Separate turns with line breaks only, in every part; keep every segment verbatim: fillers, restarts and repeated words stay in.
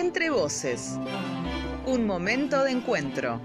Entre Voces, un momento de encuentro.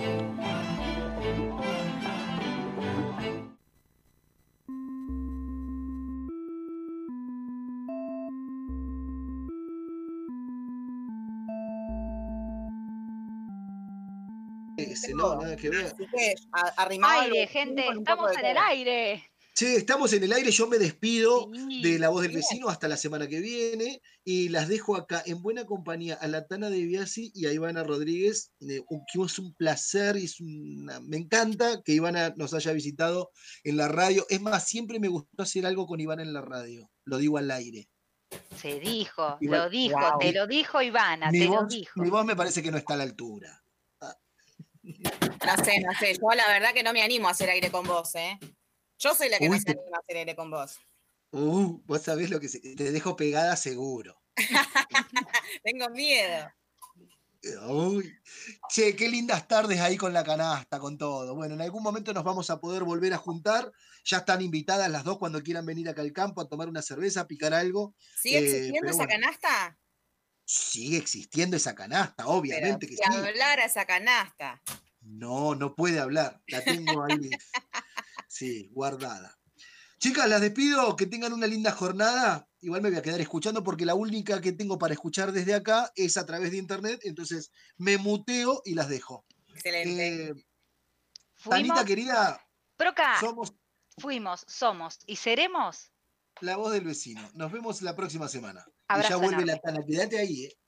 Ese, no, nada que ver.
Así que a- arrimado al
Aire,
vecino
gente,
con un poco
estamos
de
en el
todo.
aire.
Che, estamos en el aire, yo me despido
Sí.
de La Voz del
Bien.
Vecino hasta la semana que viene y las dejo acá en buena compañía a la Tana de Biasi y a Ivana Rodríguez, eh, un- que es un placer, y es una- me encanta que Ivana nos haya visitado en la radio. Es más, siempre me gustó hacer algo con Ivana en la radio, lo digo al aire.
Se dijo,
Igual-
lo dijo,
Wow.
te lo dijo Ivana,
Mi
te lo
voz,
dijo.
mi voz me parece que no está a la altura.
No sé, no sé. Yo la verdad que no me animo a hacer aire con vos, ¿eh? Yo soy la que
Uy,
no se
te-
anima a hacer aire con vos.
Uh, vos sabés lo que se- te dejo pegada seguro.
Tengo miedo.
Uy. Che, qué lindas tardes ahí con la canasta, con todo. Bueno, en algún momento nos vamos a poder volver a juntar. Ya están invitadas las dos cuando quieran venir acá al campo a tomar una cerveza, a picar algo.
¿Sigue
Eh,
existiendo
pero
esa
bueno,
canasta?
sigue existiendo esa canasta,
Pero
obviamente que
si
sí.
hablara esa canasta.
No, no puede hablar. La tengo ahí, sí, guardada. Chicas, las despido, que tengan una linda jornada. Igual me voy a quedar escuchando porque la única que tengo para escuchar desde acá es a través de internet, entonces me muteo y las dejo.
Excelente.
Eh,
Fuimos,
Tanita querida,
Proca,
somos
fuimos, somos y seremos.
La Voz del Vecino. Nos vemos la próxima semana. Y ya
Abrazo
vuelve
enorme.
la Tana, quédate ahí, ¿eh?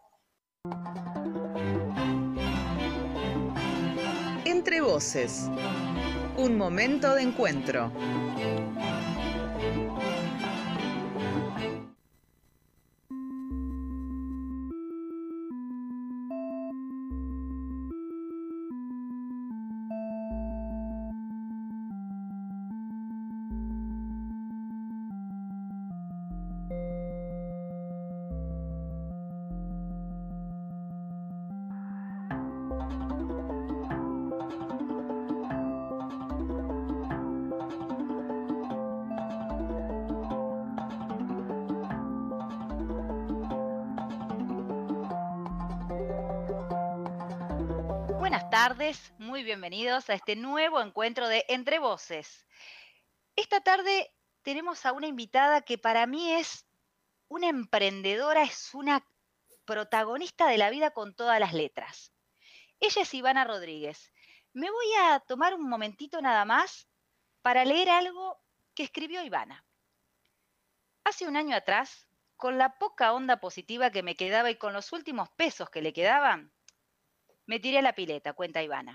Entre Voces, un momento de encuentro.
Buenas tardes, muy bienvenidos a este nuevo encuentro de Entre Voces. Esta tarde tenemos a una invitada que para mí es una emprendedora, es una protagonista de la vida con todas las letras. Ella es Ivana Rodríguez. Me voy a tomar un momentito nada más para leer algo que escribió Ivana. Hace un año atrás, con la poca onda positiva que me quedaba y con los últimos pesos que le quedaban, me tiré a la pileta, cuenta Ivana.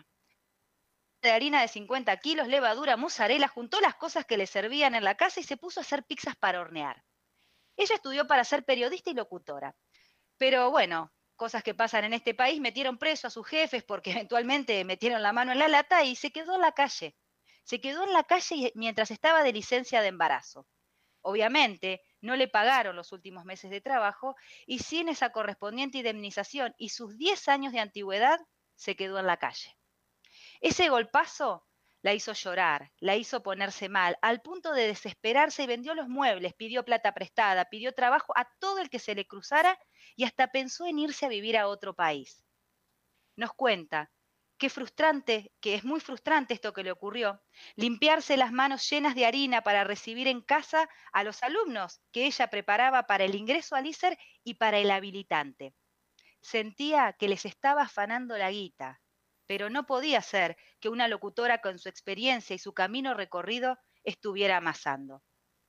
De harina de cincuenta kilos, levadura, mozzarella, juntó las cosas que le servían en la casa y se puso a hacer pizzas para hornear. Ella estudió para ser periodista y locutora. Pero bueno, cosas que pasan en este país, metieron preso a sus jefes porque eventualmente metieron la mano en la lata y se quedó en la calle. Se quedó en la calle mientras estaba de licencia de embarazo. Obviamente, no le pagaron los últimos meses de trabajo y sin esa correspondiente indemnización y sus diez años de antigüedad, se quedó en la calle. Ese golpazo la hizo llorar, la hizo ponerse mal, al punto de desesperarse y vendió los muebles, pidió plata prestada, pidió trabajo a todo el que se le cruzara y hasta pensó en irse a vivir a otro país. Nos cuenta qué frustrante, que es muy frustrante esto que le ocurrió, limpiarse las manos llenas de harina para recibir en casa a los alumnos que ella preparaba para el ingreso al I S E R y para el habilitante. Sentía que les estaba afanando la guita, pero no podía ser que una locutora con su experiencia y su camino recorrido estuviera amasando.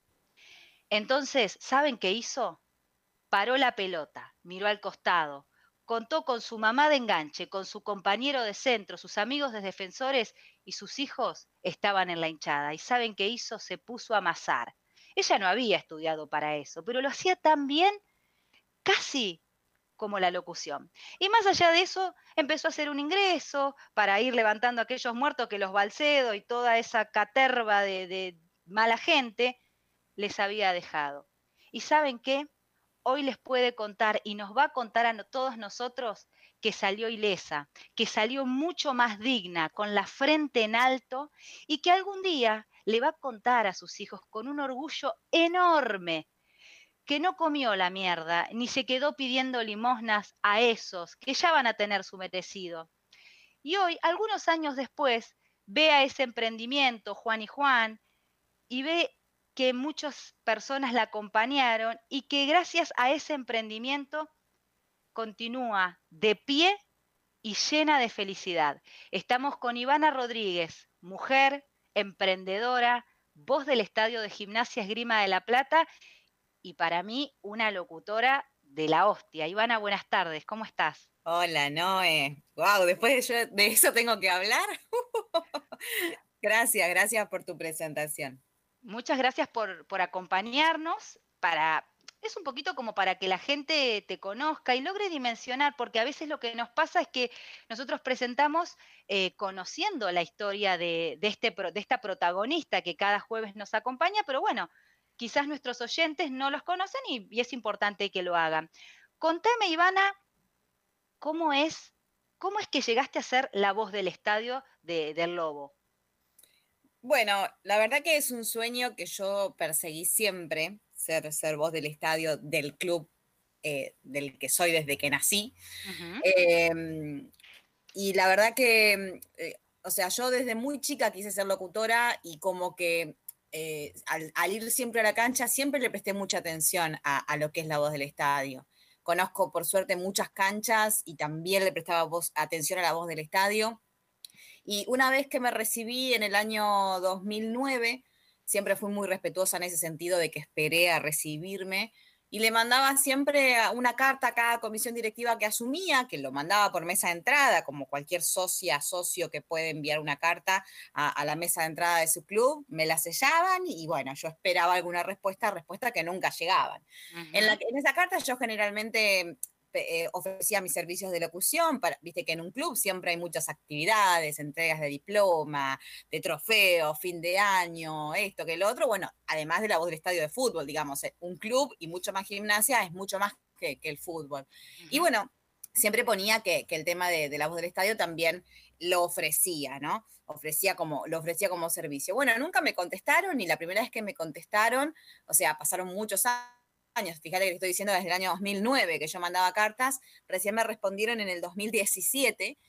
Entonces, ¿saben qué hizo? Paró la pelota, miró al costado, contó con su mamá de enganche, con su compañero de centro, sus amigos de defensores y sus hijos estaban en la hinchada. ¿Y saben qué hizo? Se puso a amasar. Ella no había estudiado para eso, pero lo hacía tan bien, casi como la locución. Y más allá de eso, empezó a hacer un ingreso para ir levantando a aquellos muertos que los Balcedo y toda esa caterva de, de mala gente les había dejado. ¿Y saben qué? Hoy les puede contar y nos va a contar a todos nosotros que salió ilesa, que salió mucho más digna, con la frente en alto y que algún día le va a contar a sus hijos con un orgullo enorme que no comió la mierda, ni se quedó pidiendo limosnas a esos que ya van a tener su merecido. Y hoy, algunos años después, ve a ese emprendimiento, Juan y Juan, y ve que muchas personas la acompañaron y que gracias a ese emprendimiento continúa de pie y llena de felicidad. Estamos con Ivana Rodríguez, mujer, emprendedora, voz del Estadio de Gimnasia Esgrima de La Plata y para mí una locutora de la hostia. Ivana, buenas tardes, ¿cómo estás?
Hola, Noé. Wow, después de, yo, de eso tengo que hablar. Gracias, gracias por tu presentación.
Muchas gracias por, por acompañarnos. Para, es un poquito como para que la gente te conozca y logre dimensionar, porque a veces lo que nos pasa es que nosotros presentamos eh, conociendo la historia de, de, este, de esta protagonista que cada jueves nos acompaña, pero bueno, quizás nuestros oyentes no los conocen y, y es importante que lo hagan. Contame, Ivana, ¿cómo es, cómo es que llegaste a ser la voz del estadio de, del Lobo?
Bueno, la verdad que es un sueño que yo perseguí siempre, ser, ser voz del estadio del club eh, del que soy desde que nací. Uh-huh. eh, y la verdad que, eh, o sea, yo desde muy chica quise ser locutora y como que eh, al, al ir siempre a la cancha siempre le presté mucha atención a, a lo que es la voz del estadio. Conozco por suerte muchas canchas y también le prestaba voz, atención a la voz del estadio. Y una vez que me recibí en el año dos mil nueve, siempre fui muy respetuosa en ese sentido de que esperé a recibirme y le mandaba siempre una carta a cada comisión directiva que asumía, que lo mandaba por mesa de entrada, como cualquier socia, socio que puede enviar una carta a, a la mesa de entrada de su club, me la sellaban y bueno, yo esperaba alguna respuesta, respuesta que nunca llegaban. Uh-huh. En, la, en esa carta yo generalmente... Eh, ofrecía mis servicios de locución, para, viste que en un club siempre hay muchas actividades, entregas de diploma, de trofeos, fin de año, esto que lo otro, bueno, además de la voz del estadio de fútbol, digamos, un club y mucho más gimnasia es mucho más que, que el fútbol. Uh-huh. Y bueno, siempre ponía que, que el tema de, de la voz del estadio también lo ofrecía, ¿no? Ofrecía como, lo ofrecía como servicio. Bueno, nunca me contestaron y la primera vez que me contestaron, o sea, pasaron muchos años, años, fíjate que estoy diciendo desde el año dos mil nueve que yo mandaba cartas, recién me respondieron en el dos mil diecisiete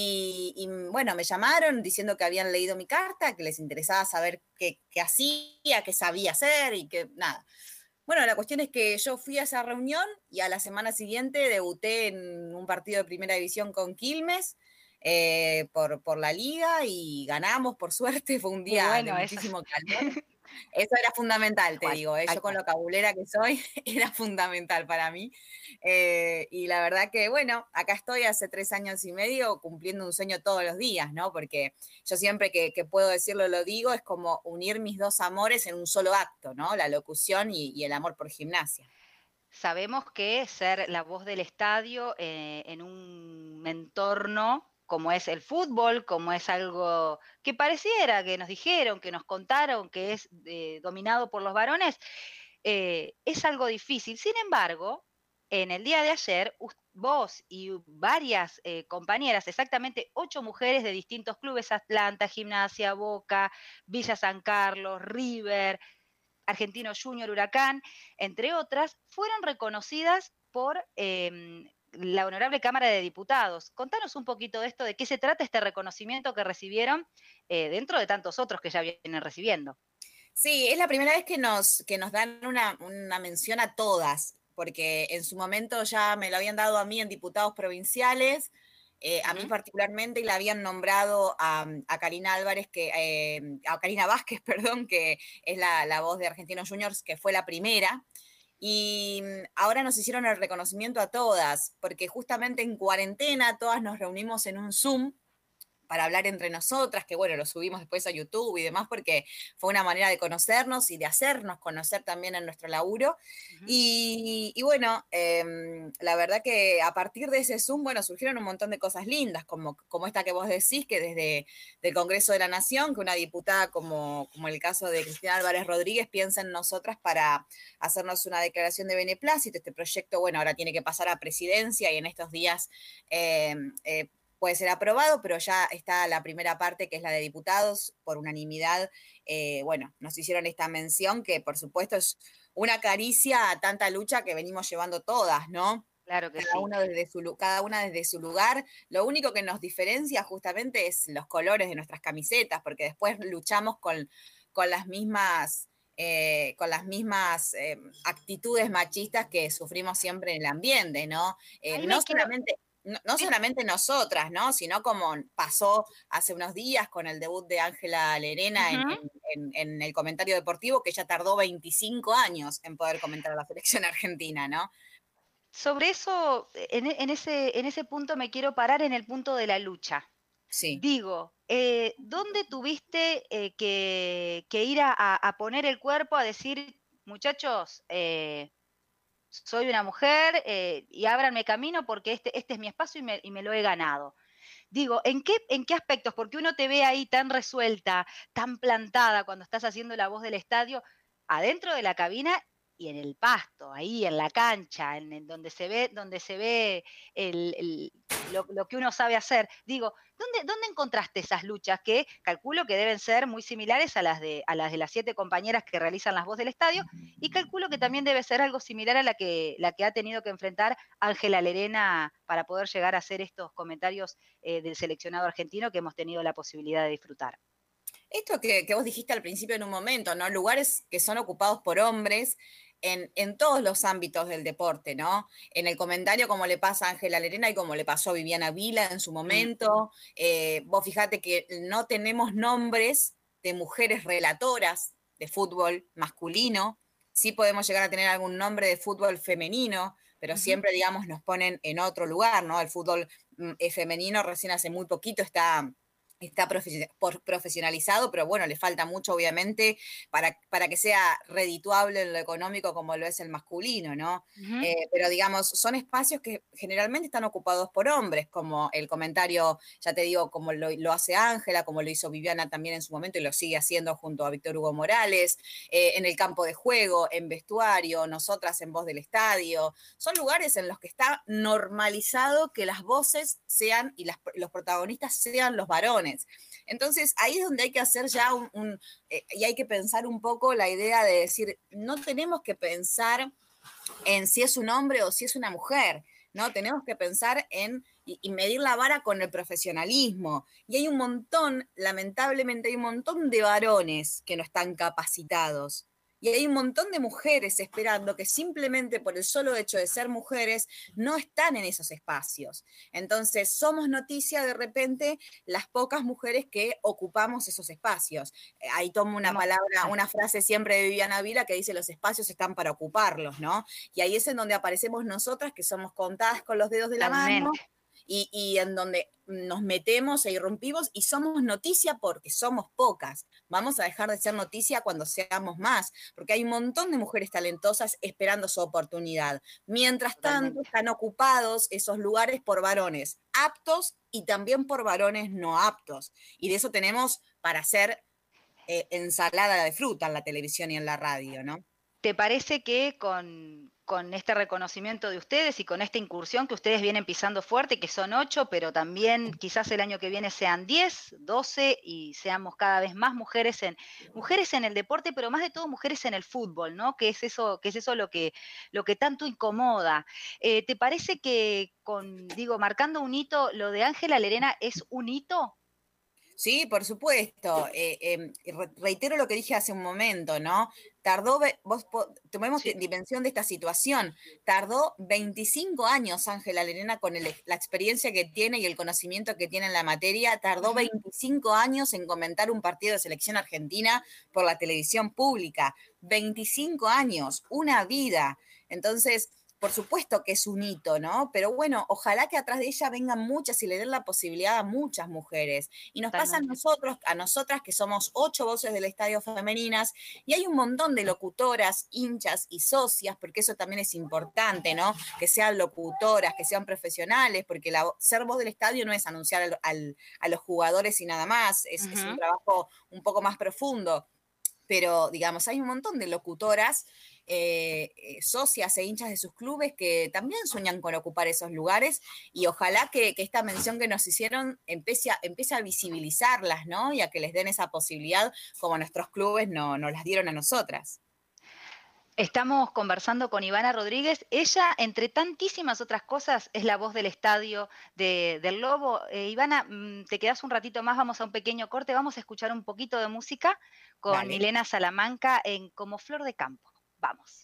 y, y bueno, me llamaron diciendo que habían leído mi carta, que les interesaba saber qué, qué hacía, qué sabía hacer y que nada. Bueno, la cuestión es que yo fui a esa reunión y a la semana siguiente debuté en un partido de primera división con Quilmes, eh, por, por la liga y ganamos, por suerte, fue un día bueno, de muchísimo calor. Eso era fundamental, te digo, ¿eh? Yo con lo cabulera que soy, era fundamental para mí. Eh, y la verdad que, bueno, acá estoy hace tres años y medio cumpliendo un sueño todos los días, ¿no? Porque yo siempre que, que puedo decirlo, lo digo, es como unir mis dos amores en un solo acto, ¿no? La locución y, y el amor por gimnasia.
Sabemos que ser la voz del estadio eh, en un entorno como es el fútbol, como es algo que pareciera, que nos dijeron, que nos contaron, que es eh, dominado por los varones, eh, es algo difícil. Sin embargo, en el día de ayer, vos y varias eh, compañeras, exactamente ocho mujeres de distintos clubes, Atlanta, Gimnasia, Boca, Villa San Carlos, River, Argentino Junior, Huracán, entre otras, fueron reconocidas por... Eh, la Honorable Cámara de Diputados. Contanos un poquito de esto, de qué se trata este reconocimiento que recibieron eh, dentro de tantos otros que ya vienen recibiendo.
Sí, es la primera vez que nos, que nos dan una, una mención a todas, porque en su momento ya me lo habían dado a mí en diputados provinciales, eh, a uh-huh. mí particularmente, y la habían nombrado a, a Karina Álvarez, que, eh, a Karina Vázquez, perdón, que es la, la voz de Argentinos Juniors, que fue la primera. Y ahora nos hicieron el reconocimiento a todas, porque justamente en cuarentena todas nos reunimos en un Zoom para hablar entre nosotras, que bueno, lo subimos después a YouTube y demás, porque fue una manera de conocernos y de hacernos conocer también en nuestro laburo. Uh-huh. Y, y bueno, eh, la verdad que a partir de ese Zoom, bueno, surgieron un montón de cosas lindas, como, como esta que vos decís, que desde el Congreso de la Nación, que una diputada como, como el caso de Cristina Álvarez Rodríguez piensa en nosotras para hacernos una declaración de beneplácito. Este proyecto, bueno, ahora tiene que pasar a presidencia y en estos días... Eh, eh, puede ser aprobado, pero ya está la primera parte, que es la de diputados, por unanimidad. Eh, bueno, nos hicieron esta mención, que por supuesto es una caricia a tanta lucha que venimos llevando todas, ¿no?
Claro que
cada,
sí.
uno desde su, cada una desde su lugar. Lo único que nos diferencia justamente es los colores de nuestras camisetas, porque después luchamos con, con las mismas... Eh, con las mismas eh, actitudes machistas que sufrimos siempre en el ambiente, ¿no? Eh,
Ahí
no
me quiero...
solamente... No, no
Sí.
solamente nosotras, ¿no? Sino como pasó hace unos días con el debut de Ángela Lerena en,
Ujú.
en, en, en el comentario deportivo, que ella tardó veinticinco años en poder comentar a la selección argentina, ¿no?
Sobre eso, en, e- en ese, en ese punto me quiero parar en el punto de la lucha.
Sí.
Digo, eh, ¿dónde tuviste eh, que, que ir a, a- a poner el cuerpo a decir, muchachos, eh, soy una mujer eh, y ábranme camino porque este, este es mi espacio y me, y me lo he ganado? Digo, ¿en qué, ¿en qué aspectos? Porque uno te ve ahí tan resuelta, tan plantada cuando estás haciendo la voz del estadio, adentro de la cabina y en el pasto, ahí en la cancha, en, en donde se ve, donde se ve el, el- lo, lo que uno sabe hacer. Digo, ¿dónde, ¿dónde encontraste esas luchas que calculo que deben ser muy similares a las de, a las de las siete compañeras que realizan las voz del estadio? Y calculo que también debe ser algo similar a la que, la que ha tenido que enfrentar Ángela Lerena para poder llegar a hacer estos comentarios eh, del seleccionado argentino que hemos tenido la posibilidad de disfrutar.
Esto que, que vos dijiste al principio en un momento, ¿no? Lugares que son ocupados por hombres en, en todos los ámbitos del deporte, ¿no? En el comentario, como le pasa a Ángela Lerena y como le pasó a Viviana Vila en su momento. Eh, vos fijate que no tenemos nombres de mujeres relatoras de fútbol masculino. Sí podemos llegar a tener algún nombre de fútbol femenino, pero
Ujú.
siempre, digamos, nos ponen en otro lugar, ¿no? El fútbol mm, eh, femenino recién hace muy poquito está está profesionalizado, pero bueno, le falta mucho, obviamente, para, para que sea redituable en lo económico como lo es el masculino, ¿no?
Ujú.
Eh, pero digamos, son espacios que generalmente están ocupados por hombres, como el comentario, ya te digo, como lo, lo hace Ángela, como lo hizo Viviana también en su momento y lo sigue haciendo junto a Víctor Hugo Morales, eh, en el campo de juego, en vestuario, nosotras en Voz del Estadio. Son lugares en los que está normalizado que las voces sean y las, los protagonistas sean los varones. Entonces, ahí es donde hay que hacer ya un, un eh, y hay que pensar un poco la idea de decir, no tenemos que pensar en si es un hombre o si es una mujer, ¿no? Tenemos que pensar en y, y medir la vara con el profesionalismo. Y hay un montón, lamentablemente, hay un montón de varones que no están capacitados. Y hay un montón de mujeres esperando que simplemente por el solo hecho de ser mujeres no están en esos espacios. Entonces, somos noticia de repente las pocas mujeres que ocupamos esos espacios. Ahí tomo una palabra, una frase siempre de Viviana Vila que dice los espacios están para ocuparlos, ¿no? Y ahí es en donde aparecemos nosotras, que somos contadas con los dedos de la mano, y, y en donde nos metemos e irrumpimos y somos noticia porque somos pocas. Vamos a dejar de ser noticia cuando seamos más, porque hay un montón de mujeres talentosas esperando su oportunidad. Mientras
Totalmente.
tanto, están ocupados esos lugares por varones aptos y también por varones no aptos. Y de eso tenemos para hacer eh, ensalada de fruta en la televisión y en la radio, ¿no?
¿Te parece que con, con este reconocimiento de ustedes y con esta incursión que ustedes vienen pisando fuerte, que son ocho, pero también quizás el año que viene sean diez, doce y seamos cada vez más mujeres en, mujeres en el deporte, pero más de todo mujeres en el fútbol, ¿no? Que es eso, que es eso lo que, lo que tanto incomoda. Eh, ¿te parece que con, digo, marcando un hito, lo de Ángela Lerena es un hito?
Sí, por supuesto. Eh, eh, reitero lo que dije hace un momento, ¿no? Tardó, vos tomemos sí. dimensión de esta situación, tardó veinticinco años Ángela Lerena con el, la experiencia que tiene y el conocimiento que tiene en la materia, tardó uh-huh. veinticinco años en comentar un partido de selección argentina por la televisión pública, veinticinco años, una vida. Entonces, por supuesto que es un hito, ¿no? Pero bueno, ojalá que atrás de ella vengan muchas y le den la posibilidad a muchas mujeres. Y nos pasa a nosotros, a nosotras que somos ocho voces del estadio femeninas, y hay un montón de locutoras, hinchas y socias, porque eso también es importante, ¿no? Que sean locutoras, que sean profesionales, porque la, ser voz del estadio no es anunciar al, al, a los jugadores y nada más, es, uh-huh. es un trabajo un poco más profundo. Pero, digamos, hay un montón de locutoras, eh, socias e hinchas de sus clubes que también sueñan con ocupar esos lugares y ojalá que, que esta mención que nos hicieron empiece a, empiece a visibilizarlas, ¿no? Y a que les den esa posibilidad como nuestros clubes no, nos las dieron a nosotras.
Estamos conversando con Ivana Rodríguez. Ella, entre tantísimas otras cosas, es la voz del estadio de, del Lobo. Eh, Ivana, te quedás un ratito más, vamos a un pequeño corte, vamos a escuchar un poquito de música con Dale. Milena Salamanca en Como Flor de Campo. Vamos.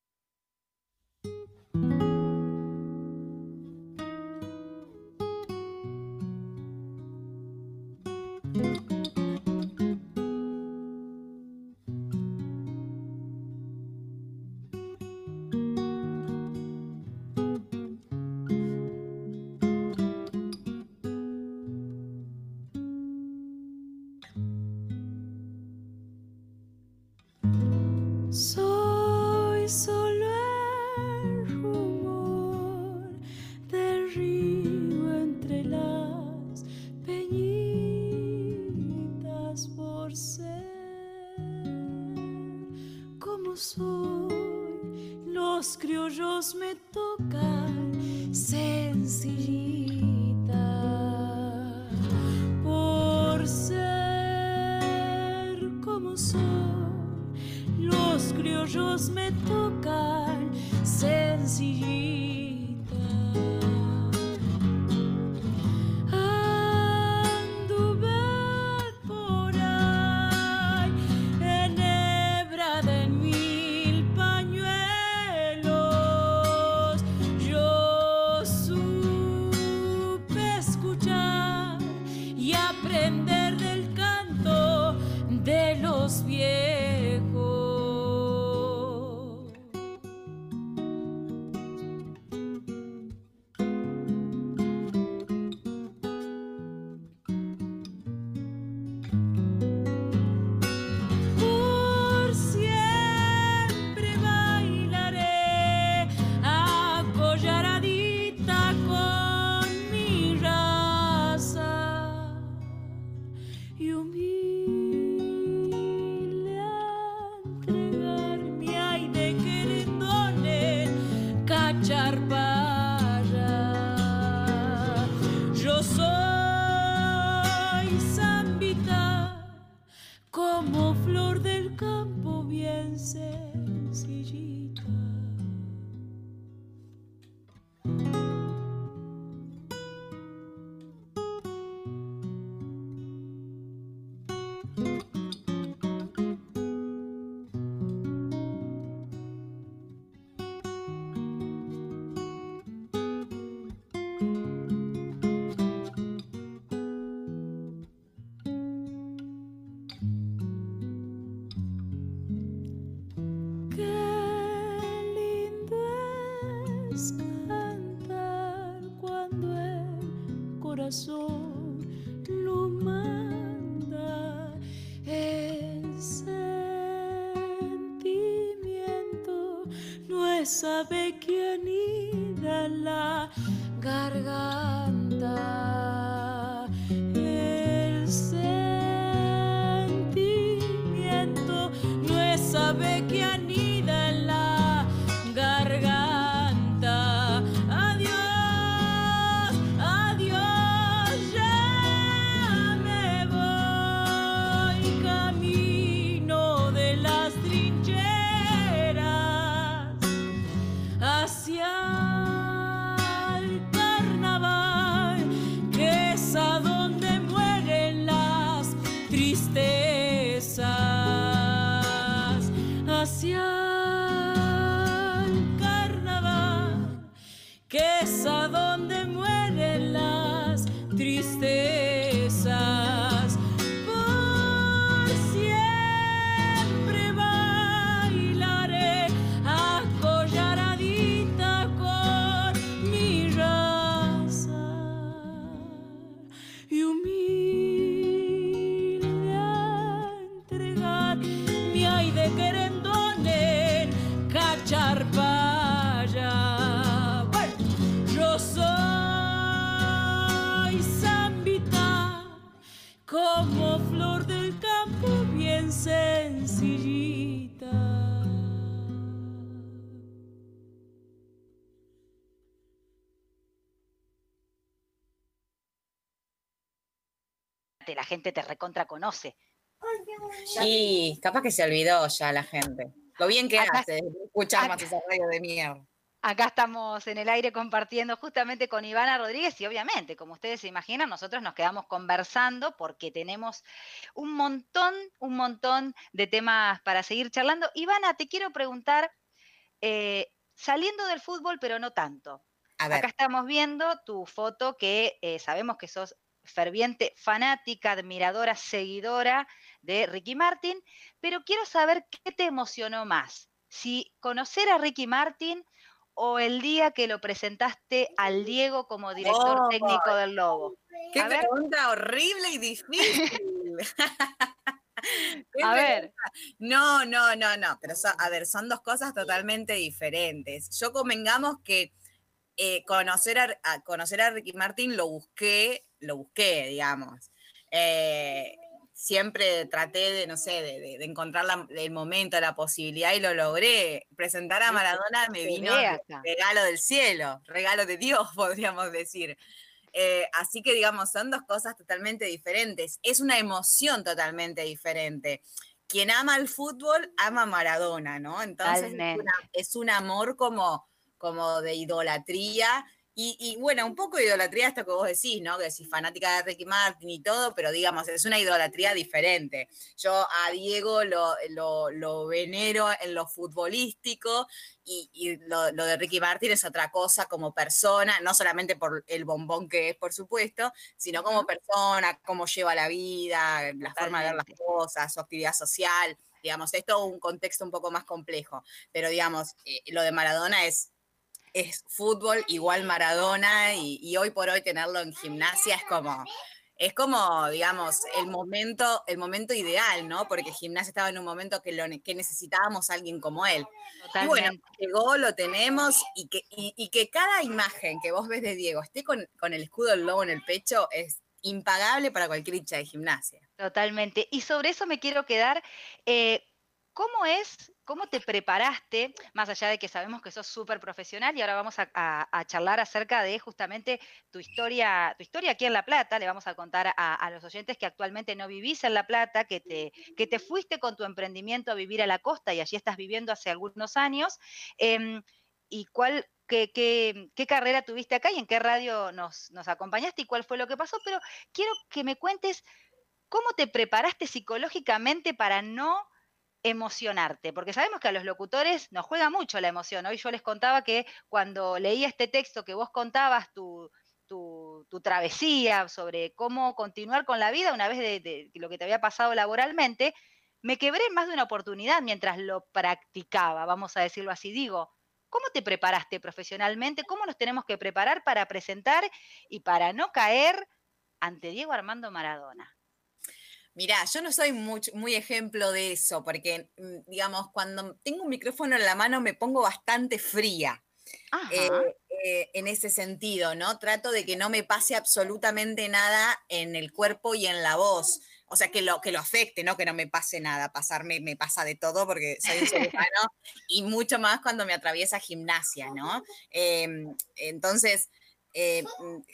Soy solo el rumor del río entre las peñitas por ser como soy. Los criollos me tocan sencillita por ser como soy. Los criollos me tocan sencillita. Anduve por ahí enhebrada en mil pañuelos. Yo supe escuchar y aprender del canto de los viejos. Yo soy zambita, como flor del campo bien sencillita. Lo manda el sentimiento, no es sabe quién ida la garganta. El sentimiento no es sabe quién ida la garganta. Hacia el carnaval, que es a donde mueren las tristezas. Por siempre bailaré acolladita con mi raza y humilde a entregar mi ay de querer charpaya. Bueno, yo soy zambita, como flor del campo bien sencillita.
La gente te recontra conoce.
Sí, capaz que se olvidó ya la gente. Lo bien que
Acá-
hace escuchar
acá-
más esa radio de mierda.
Acá estamos en el aire compartiendo justamente con Ivana Rodríguez y obviamente, como ustedes se imaginan, nosotros nos quedamos conversando porque tenemos un montón, un montón de temas para seguir charlando. Ivana, te quiero preguntar, eh, saliendo del fútbol, pero no tanto.
A ver.
Acá estamos viendo tu foto que eh, sabemos que sos ferviente fanática, admiradora, seguidora de Ricky Martin, pero quiero saber qué te emocionó más, si conocer a Ricky Martin o el día que lo presentaste al Diego como director
Oh,
técnico del Lobo.
Qué
A ver.
pregunta horrible y difícil. Qué
A
pregunta.
ver.
No, no, no, no. Pero so- a ver, son dos cosas totalmente diferentes. Yo convengamos que eh, conocer, a, a- conocer a Ricky Martin lo busqué, lo busqué, digamos. Eh, siempre traté de, no sé, de, de- de encontrar la- el momento, la posibilidad y lo logré. Presentar a
Sí,
Maradona
se
me
ve
vino
acá.
regalo del cielo, regalo de Dios, podríamos decir. Eh, así que, digamos, son dos cosas totalmente diferentes. Es una emoción totalmente diferente. Quien ama el fútbol, ama a Maradona, ¿no? Entonces es,
Totalmente.
una- es un amor como, como de idolatría. Y, y, bueno, un poco de idolatría esto que vos decís, ¿no? Que decís fanática de Ricky Martin y todo, pero digamos, es una idolatría diferente. Yo a Diego lo, lo, lo venero en lo futbolístico y, y lo, lo de Ricky Martin es otra cosa como persona, no solamente por el bombón que es, por supuesto, sino como
Ujú.
persona, cómo lleva la vida, la forma de ver las
Totalmente.
cosas, su actividad social, digamos, es todo un contexto un poco más complejo, pero digamos, eh, lo de Maradona es, es fútbol igual Maradona y, y hoy por hoy tenerlo en Gimnasia es como... Es como, digamos, el momento, el momento ideal, ¿no? Porque Gimnasia estaba en un momento que, lo, que necesitábamos a alguien como él. Y bueno,
Totalmente.
llegó, lo tenemos, y que, y, y que cada imagen que vos ves de Diego esté con, con el escudo del Lobo en el pecho es impagable para cualquier hincha de Gimnasia.
Totalmente. Y sobre eso me quiero quedar. eh, ¿Cómo es, cómo te preparaste, más allá de que sabemos que sos súper profesional y ahora vamos a, a- a charlar acerca de justamente tu historia, tu historia aquí en La Plata? Le vamos a contar a, a los oyentes que actualmente no vivís en La Plata, que te, que te fuiste con tu emprendimiento a vivir a la costa y allí estás viviendo hace algunos años. Em, ¿Y cuál, qué, qué- qué carrera tuviste acá y en qué radio nos, nos acompañaste y cuál fue lo que pasó? Pero quiero que me cuentes cómo te preparaste psicológicamente para no emocionarte, porque sabemos que a los locutores nos juega mucho la emoción. Hoy yo les contaba que cuando leía este texto que vos contabas tu, tu, tu travesía sobre cómo continuar con la vida una vez de, de lo que te había pasado laboralmente, me quebré en más de una oportunidad mientras lo practicaba, vamos a decirlo así. Digo, ¿cómo te preparaste profesionalmente? ¿Cómo nos tenemos que preparar para presentar y para no caer ante Diego Armando Maradona?
Mirá, yo no soy muy, muy ejemplo de eso, porque, digamos, cuando tengo un micrófono en la mano me pongo bastante fría. Eh,
Ajá.
eh, en ese sentido, ¿no? Trato de que no me pase absolutamente nada en el cuerpo y en la voz. O sea, que lo, que lo afecte, ¿no? Que no me pase nada. Pasarme me pasa de todo porque soy un ser humano y mucho más cuando me atraviesa Gimnasia, ¿no? Eh, entonces, eh,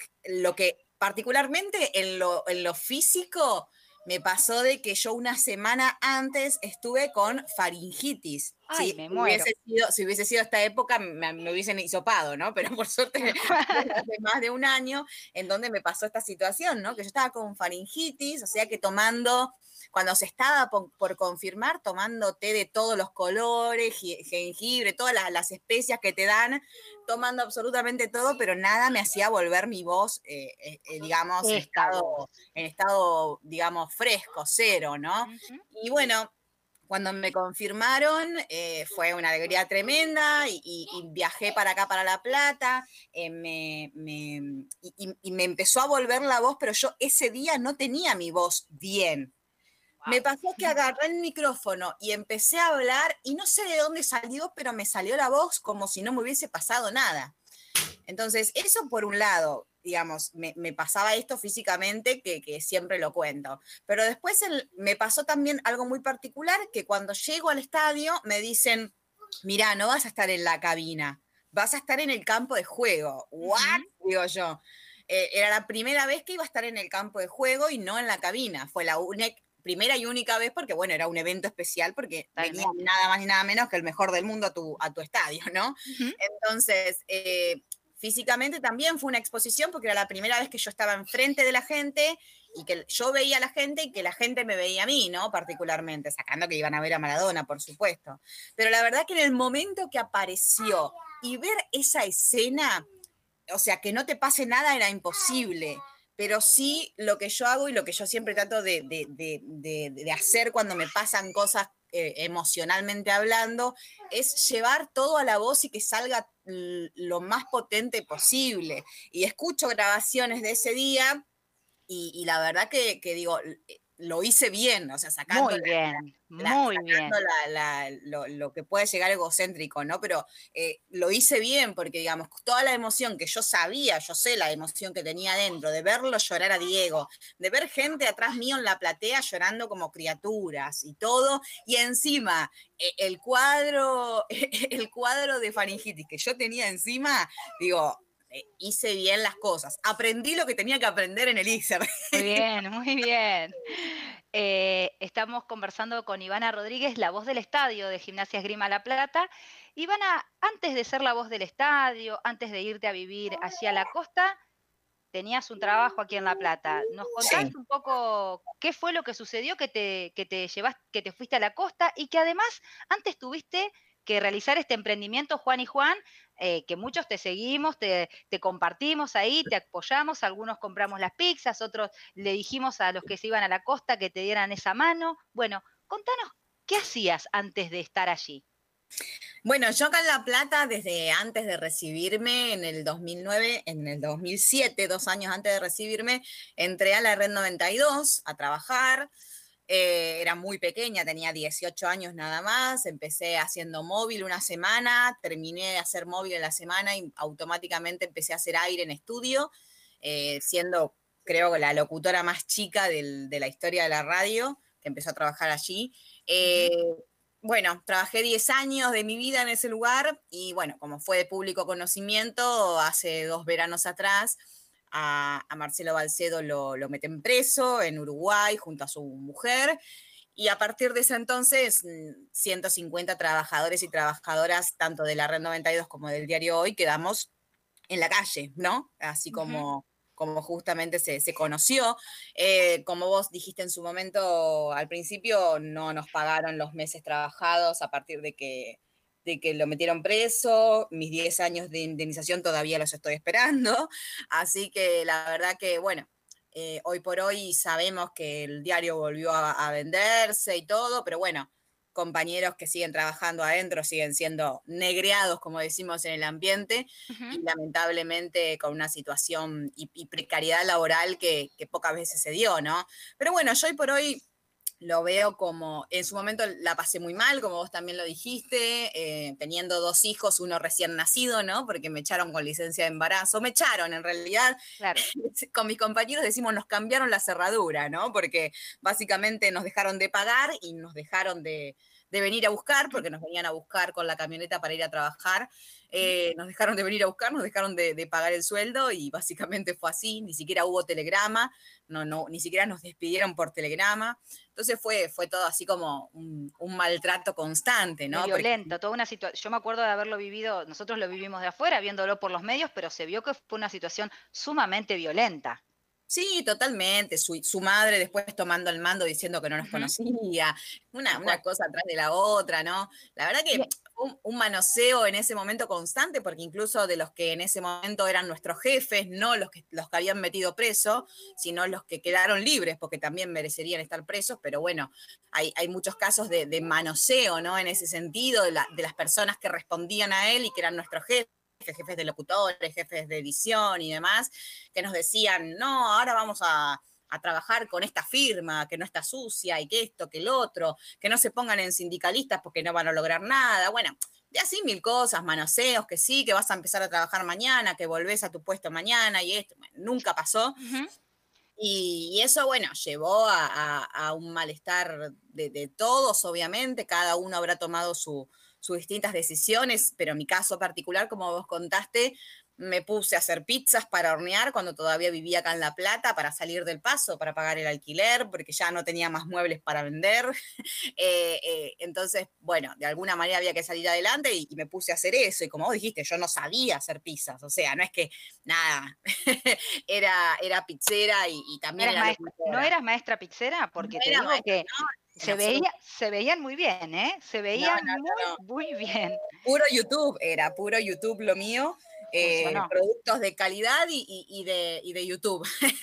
lo que particularmente en lo, en lo físico me pasó de que yo una semana antes estuve con faringitis.
Ay,
¿sí?
me
Si
muero.
hubiese sido, si hubiese sido esta época, me, me hubiesen hisopado, ¿no? Pero por suerte, hace más de un año en donde me pasó esta situación, ¿no? Que yo estaba con faringitis, o sea que tomando, cuando se estaba por, por confirmar, tomando té de todos los colores, jengibre, todas las, las especias que te dan, tomando absolutamente todo, pero nada me hacía volver mi voz, eh, eh, digamos, en estado, en estado, digamos, fresco, cero, ¿no? Uh-huh. Y bueno, cuando me confirmaron, eh, fue una alegría tremenda y, y, y viajé para acá, para La Plata, eh, me, me, y, y me empezó a volver la voz, pero yo ese día no tenía mi voz bien. Wow. Me pasó que agarré el micrófono y empecé a hablar y no sé de dónde salió, pero me salió la voz como si no me hubiese pasado nada. Entonces, eso por un lado, digamos, me, me pasaba esto físicamente, que, que siempre lo cuento. Pero después el, me pasó también algo muy particular, que cuando llego al estadio me dicen, mirá, no vas a estar en la cabina, vas a estar en el campo de juego. ¿What? Uh-huh. Digo yo. Eh, era la primera vez que iba a estar en el campo de juego y no en la cabina. Fue la única... primera y única vez porque, bueno, era un evento especial porque
Totalmente.
venía nada más ni nada menos que el mejor del mundo a tu, a tu estadio, ¿no?
Ujú.
Entonces, eh, físicamente también fue una exposición porque era la primera vez que yo estaba enfrente de la gente y que yo veía a la gente y que la gente me veía a mí, ¿no? Particularmente, sacando que iban a ver a Maradona, por supuesto. Pero la verdad que en el momento que apareció y ver esa escena, o sea, que no te pase nada era imposible. Pero sí lo que yo hago y lo que yo siempre trato de, de, de, de, de hacer cuando me pasan cosas eh, emocionalmente hablando, es llevar todo a la voz y que salga lo más potente posible. Y escucho grabaciones de ese día y, y la verdad que, que digo, lo hice bien, o sea, sacando,
Muy
la,
bien,
la,
muy
sacando
bien.
la, la, lo, lo que puede llegar egocéntrico, ¿no? Pero eh, lo hice bien porque, digamos, toda la emoción que yo sabía, yo sé la emoción que tenía dentro, de verlo llorar a Diego, de ver gente atrás mío en la platea llorando como criaturas y todo, y encima eh, el cuadro, el cuadro de faringitis que yo tenía encima, digo, eh, hice bien las cosas. Aprendí lo que tenía que aprender en el I X E R.
Muy bien, muy bien. Eh, estamos conversando con Ivana Rodríguez, la voz del estadio de Gimnasia Esgrima La Plata. Ivana, antes de ser la voz del estadio, antes de irte a vivir allí a la costa, tenías un trabajo aquí en La Plata. ¿Nos contás
Sí.
un poco qué fue lo que sucedió que te, que te llevaste, que te fuiste a la costa y que además antes tuviste que realizar este emprendimiento Juan y Juan, eh, que muchos te seguimos, te, te compartimos ahí, te apoyamos, algunos compramos las pizzas, otros le dijimos a los que se iban a la costa que te dieran esa mano. Bueno, contanos, ¿qué hacías antes de estar allí?
Bueno, yo acá en La Plata, desde antes de recibirme, en el dos mil nueve, en el dos mil siete, dos años antes de recibirme, entré a la Red noventa y dos a trabajar. Eh, era muy pequeña, tenía dieciocho años nada más, empecé haciendo móvil una semana, terminé de hacer móvil en la semana y automáticamente empecé a hacer aire en estudio, eh, siendo, creo, la locutora más chica del, de la historia de la radio, que empezó a trabajar allí. Eh, uh-huh. Bueno, trabajé diez años de mi vida en ese lugar y bueno, como fue de público conocimiento, hace dos veranos atrás, a, a Marcelo Balcedo lo, lo meten preso en Uruguay junto a su mujer y a partir de ese entonces ciento cincuenta trabajadores y trabajadoras tanto de la Red noventa y dos como del diario Hoy quedamos en la calle, ¿no? Así como... Uh-huh. como justamente se, se conoció. Eh, como vos dijiste en su momento, al principio no nos pagaron los meses trabajados a partir de que, de que lo metieron preso, mis diez años de indemnización todavía los estoy esperando, así que la verdad que, bueno, eh, hoy por hoy sabemos que el diario volvió a, a venderse y todo, pero bueno, compañeros que siguen trabajando adentro siguen siendo negreados, como decimos en el ambiente, uh-huh. y lamentablemente con una situación y, y precariedad laboral que, que pocas veces se dio, ¿no? Pero bueno, yo hoy por hoy lo veo como, en su momento la pasé muy mal, como vos también lo dijiste, eh, teniendo dos hijos, uno recién nacido, ¿no? Porque me echaron con licencia de embarazo, me echaron en realidad,
claro.
Con mis compañeros decimos nos cambiaron la cerradura, ¿no? Porque básicamente nos dejaron de pagar y nos dejaron de, de venir a buscar, porque nos venían a buscar con la camioneta para ir a trabajar, eh, nos dejaron de venir a buscar, nos dejaron de, de pagar el sueldo y básicamente fue así, ni siquiera hubo telegrama, no, no, ni siquiera nos despidieron por telegrama, entonces fue, fue todo así como un, un maltrato constante, ¿no?
Muy violento, porque... toda una situación, yo me acuerdo de haberlo vivido, nosotros lo vivimos de afuera, viéndolo por los medios, pero se vio que fue una situación sumamente violenta.
Sí, totalmente. Su, su madre después tomando el mando diciendo que no nos uh-huh. conocía. Una, una cosa atrás de la otra, ¿no? La verdad que un, un manoseo en ese momento constante, porque incluso de los que en ese momento eran nuestros jefes, no los que, los que habían metido preso, sino los que quedaron libres, porque también merecerían estar presos, pero bueno, hay, hay muchos casos de, de manoseo, ¿no? En ese sentido, de, la, de las personas que respondían a él y que eran nuestros jefes. jefes de locutores, jefes de edición y demás, que nos decían, no, ahora vamos a, a trabajar con esta firma, que no está sucia, y que esto, que el otro, que no se pongan en sindicalistas porque no van a lograr nada, bueno, de así mil cosas, manoseos, que sí, que vas a empezar a trabajar mañana, que volvés a tu puesto mañana, y esto, bueno, nunca pasó. Uh-huh. Y, y eso, bueno, llevó a, a, a un malestar de, de todos, obviamente, cada uno habrá tomado su sus distintas decisiones, pero en mi caso particular, como vos contaste, me puse a hacer pizzas para hornear cuando todavía vivía acá en La Plata, para salir del Paso, para pagar el alquiler, porque ya no tenía más muebles para vender. eh, eh, entonces, bueno, de alguna manera había que salir adelante y, y me puse a hacer eso. Y como vos dijiste, yo no sabía hacer pizzas, o sea, no es que nada, era, era pizzera y, y también
¿Eras
era
maestra, ¿No eras maestra pizzera? Porque
no
te
era
digo
maestra,
que
no,
se, veía, se veían muy bien, ¿eh? Se veían
no, no,
muy,
no.
muy bien.
Puro YouTube, era puro YouTube lo mío. Eh, productos de calidad y, y, y, de, y de YouTube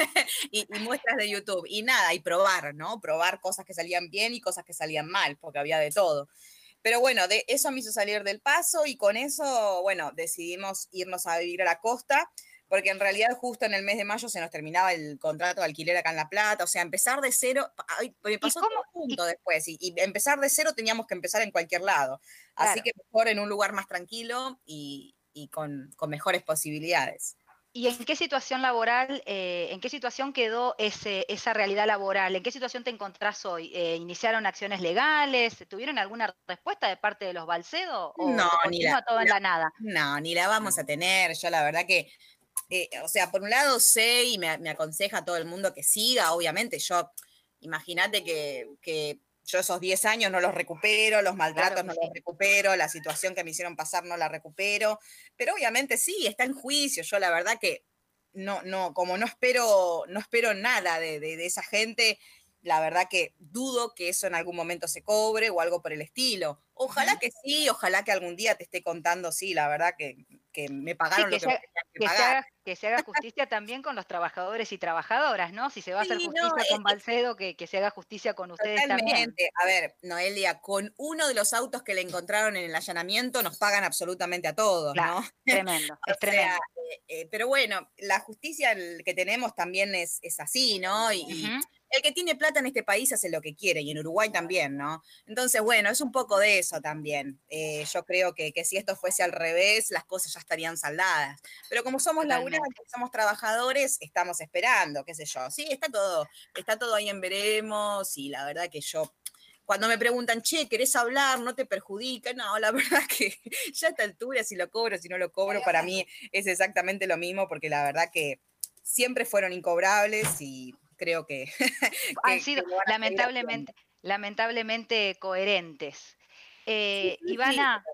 y, y muestras de YouTube y nada, y probar, ¿no? Probar cosas que salían bien y cosas que salían mal, porque había de todo. Pero bueno, de eso me hizo salir del Paso y con eso, bueno, decidimos irnos a vivir a la costa, porque en realidad justo en el mes de mayo se nos terminaba el contrato de alquiler acá en La Plata, o sea, empezar de cero, ay, me pasó todo junto después, y, y empezar de cero teníamos que empezar en cualquier lado,
Claro.
así que mejor en un lugar más tranquilo y, y con, con mejores posibilidades.
¿Y en qué situación laboral, eh, en qué situación quedó ese, esa realidad laboral? ¿En qué situación te encontrás hoy? Eh, ¿Iniciaron acciones legales? ¿Tuvieron alguna respuesta de parte de los Balcedo? ¿O
No,
se
ni
continúa
la,
todo en
la,
la nada?
No, ni la vamos a tener. Yo la verdad que, eh, o sea, por un lado sé y me, me aconseja a todo el mundo que siga, obviamente. Yo, imagínate que, que yo esos diez años no los recupero, los maltratos
Claro
no
que
los
sí.
recupero, la situación que me hicieron pasar no la recupero, pero obviamente sí, está en juicio. Yo la verdad que no, no, como no espero, no espero nada de, de, de esa gente, la verdad que dudo que eso en algún momento se cobre o algo por el estilo. Ojalá
Uh-huh.
que sí, ojalá que algún día te esté contando, sí, la verdad que, que me pagaron
Sí, que
lo que
se,
me tenían que
que, se
pagar.
haga, que se haga justicia también con los trabajadores y trabajadoras, ¿no? Si se va a hacer
Sí, no,
justicia con
es,
Balcedo, que, que se haga justicia con ustedes también.
totalmente. A ver, Noelia, con uno de los autos que le encontraron en el allanamiento nos pagan absolutamente a todos,
Claro,
¿no?
tremendo, es
O sea,
tremendo.
eh, eh, pero bueno, la justicia que tenemos también es, es así, ¿no? Y, y
Uh-huh.
el que tiene plata en este país hace lo que quiere, y en Uruguay también, ¿no? Entonces, bueno, es un poco de eso también. Eh, yo creo que, que si esto fuese al revés, las cosas ya estarían saldadas. Pero como somos
Totalmente.
laburantes, somos trabajadores, estamos esperando, qué sé yo. Sí, está todo, está todo ahí en veremos, y la verdad que yo, cuando me preguntan, che, ¿querés hablar? ¿No te perjudica? No, la verdad que ya a esta altura, si lo cobro, si no lo cobro, para mí es exactamente lo mismo, porque la verdad que siempre fueron incobrables y creo que,
Han
que,
sido
que lo van a seguir haciendo.
lamentablemente, lamentablemente coherentes. Eh,
Sí, sí,
Ivana,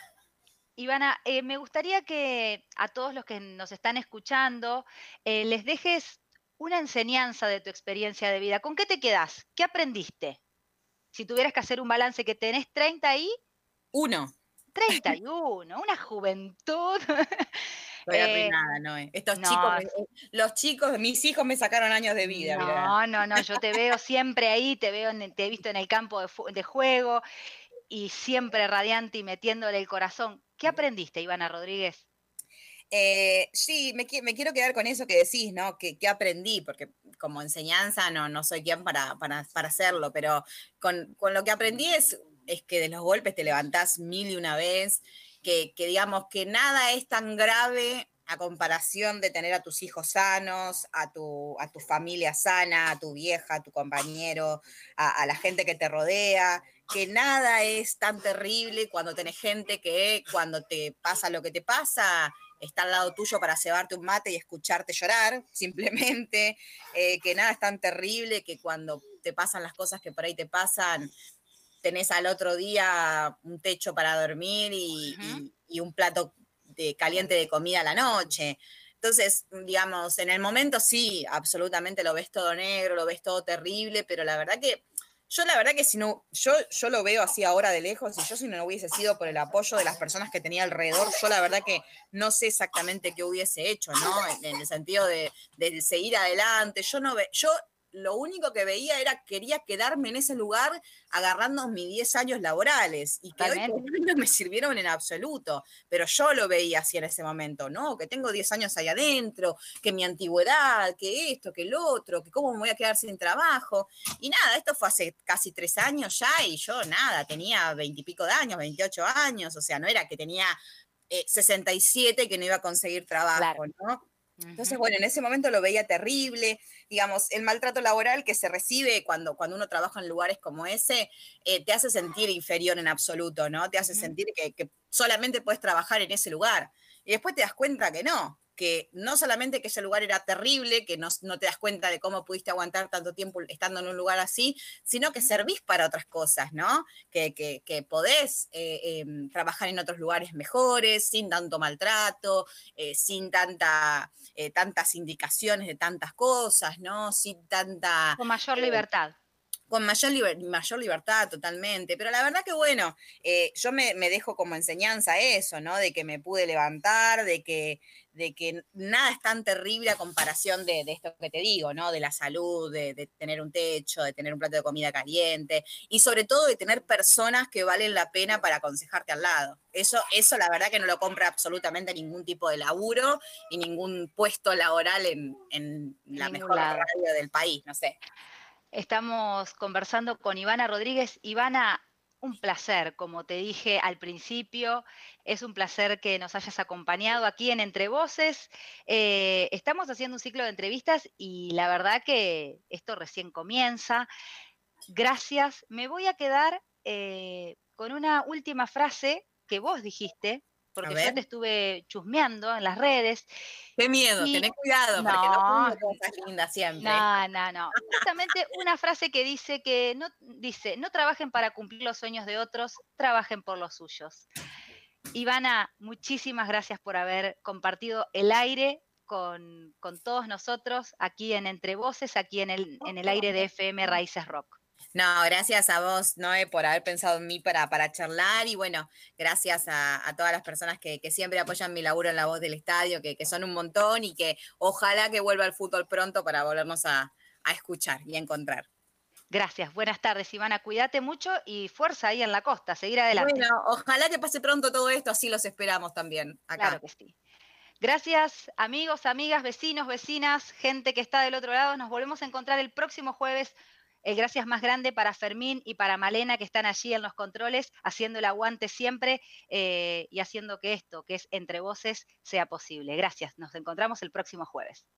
Ivana, eh, me gustaría que a todos los que nos están escuchando eh, les dejes una enseñanza de tu experiencia de vida. ¿Con qué te quedás? ¿Qué aprendiste? Si tuvieras que hacer un balance, que tenés treinta y
uno.
treinta y uno, una juventud.
Estoy
eh,
arruinada, ¿no? Estos chicos,
no,
me- los chicos, mis hijos me sacaron años de vida, mirá.
no, no, no, yo te veo siempre ahí, te veo, en- te he visto en el campo de, fu- de juego y siempre radiante y metiéndole el corazón. ¿Qué aprendiste, Ivana Rodríguez?
Eh, sí, me, qui- me quiero quedar con eso que decís, ¿no? Que, que aprendí, porque como enseñanza no, no soy quien para, para, para hacerlo, pero con, con lo que aprendí es, es que de los golpes te levantás mil y una vez, que, que digamos que nada es tan grave a comparación de tener a tus hijos sanos, a tu, a tu familia sana, a tu vieja, a tu compañero, a, a la gente que te rodea, que nada es tan terrible cuando tenés gente que cuando te pasa lo que te pasa, está al lado tuyo para cebarte un mate y escucharte llorar, simplemente, eh, que nada es tan terrible que cuando te pasan las cosas que por ahí te pasan, tenés al otro día un techo para dormir y,
Uh-huh.
y, y un plato de, caliente de comida a la noche. Entonces, digamos, en el momento sí, absolutamente lo ves todo negro, lo ves todo terrible, pero la verdad que yo la verdad que si no, yo, yo lo veo así ahora de lejos, y yo si no hubiese sido por el apoyo de las personas que tenía alrededor, yo la verdad que no sé exactamente qué hubiese hecho, ¿no? En, en el sentido de, de seguir adelante. Yo no ve, yo lo único que veía era quería quedarme en ese lugar agarrando mis diez años laborales y que
Totalmente.
hoy por hoy no me sirvieron en absoluto, pero yo lo veía así en ese momento, ¿no? Que tengo diez años ahí adentro, que mi antigüedad, que esto, que el otro, que cómo me voy a quedar sin trabajo. Y nada, esto fue hace casi tres años ya y yo nada, tenía veintipico de años, veintiocho años, o sea, no era que tenía eh, sesenta y siete que no iba a conseguir trabajo,
Claro.
¿no?
Uh-huh.
Entonces, bueno, en ese momento lo veía terrible, digamos, el maltrato laboral que se recibe cuando, cuando uno trabaja en lugares como ese, eh, te hace sentir inferior en absoluto, ¿no? Te hace
Uh-huh.
sentir que, que solamente puedes trabajar en ese lugar. Y después te das cuenta que no, que no solamente que ese lugar era terrible, que no, no te das cuenta de cómo pudiste aguantar tanto tiempo estando en un lugar así, sino que servís para otras cosas, ¿no? Que, que, que podés eh, eh, trabajar en otros lugares mejores, sin tanto maltrato, eh, sin tanta, eh, tantas indicaciones de tantas cosas, ¿no? Sin tanta...
Con mayor
eh,
libertad.
Con mayor, liber, mayor libertad, totalmente. Pero la verdad que, bueno, eh, yo me, me dejo como enseñanza eso, ¿no? De que me pude levantar, de que, de que nada es tan terrible a comparación de, de esto que te digo, ¿no? De la salud, de, de tener un techo, de tener un plato de comida caliente y sobre todo de tener personas que valen la pena para aconsejarte al lado. Eso, eso la verdad que no lo compra absolutamente ningún tipo de laburo y ningún puesto laboral en, en la
ningún
mejor
lado.
radio del país, no sé.
Estamos conversando con Ivana Rodríguez. Ivana, un placer, como te dije al principio, es un placer que nos hayas acompañado aquí en Entre Voces. Eh, estamos haciendo un ciclo de entrevistas y la verdad que esto recién comienza. Gracias. Me voy a quedar eh, con una última frase que vos dijiste, porque ya te estuve chusmeando en las redes.
Qué miedo,
y...
tenés cuidado,
no,
porque no pongo cosas lindas siempre.
No, no, no. Justamente una frase que dice que no, dice, no trabajen para cumplir los sueños de otros, trabajen por los suyos. Ivana, muchísimas gracias por haber compartido el aire con, con todos nosotros aquí en Entre Voces, aquí en el, en el aire de F M Raíces Rock.
No, gracias a vos, Noé, por haber pensado en mí para, para charlar y bueno, gracias a, a todas las personas que, que siempre apoyan mi laburo en La Voz del Estadio, que, que son un montón y que ojalá que vuelva el fútbol pronto para volvernos a, a escuchar y a encontrar.
Gracias, buenas tardes, Ivana, cuídate mucho y fuerza ahí en la costa, seguir adelante.
Bueno, ojalá que pase pronto todo esto, así los esperamos también acá.
Claro que sí. Gracias, amigos, amigas, vecinos, vecinas, gente que está del otro lado. Nos volvemos a encontrar el próximo jueves. El gracias más grande para Fermín y para Malena, que están allí en los controles, haciendo el aguante siempre eh, y haciendo que esto, que es Entre Voces, sea posible. Gracias. Nos encontramos el próximo jueves.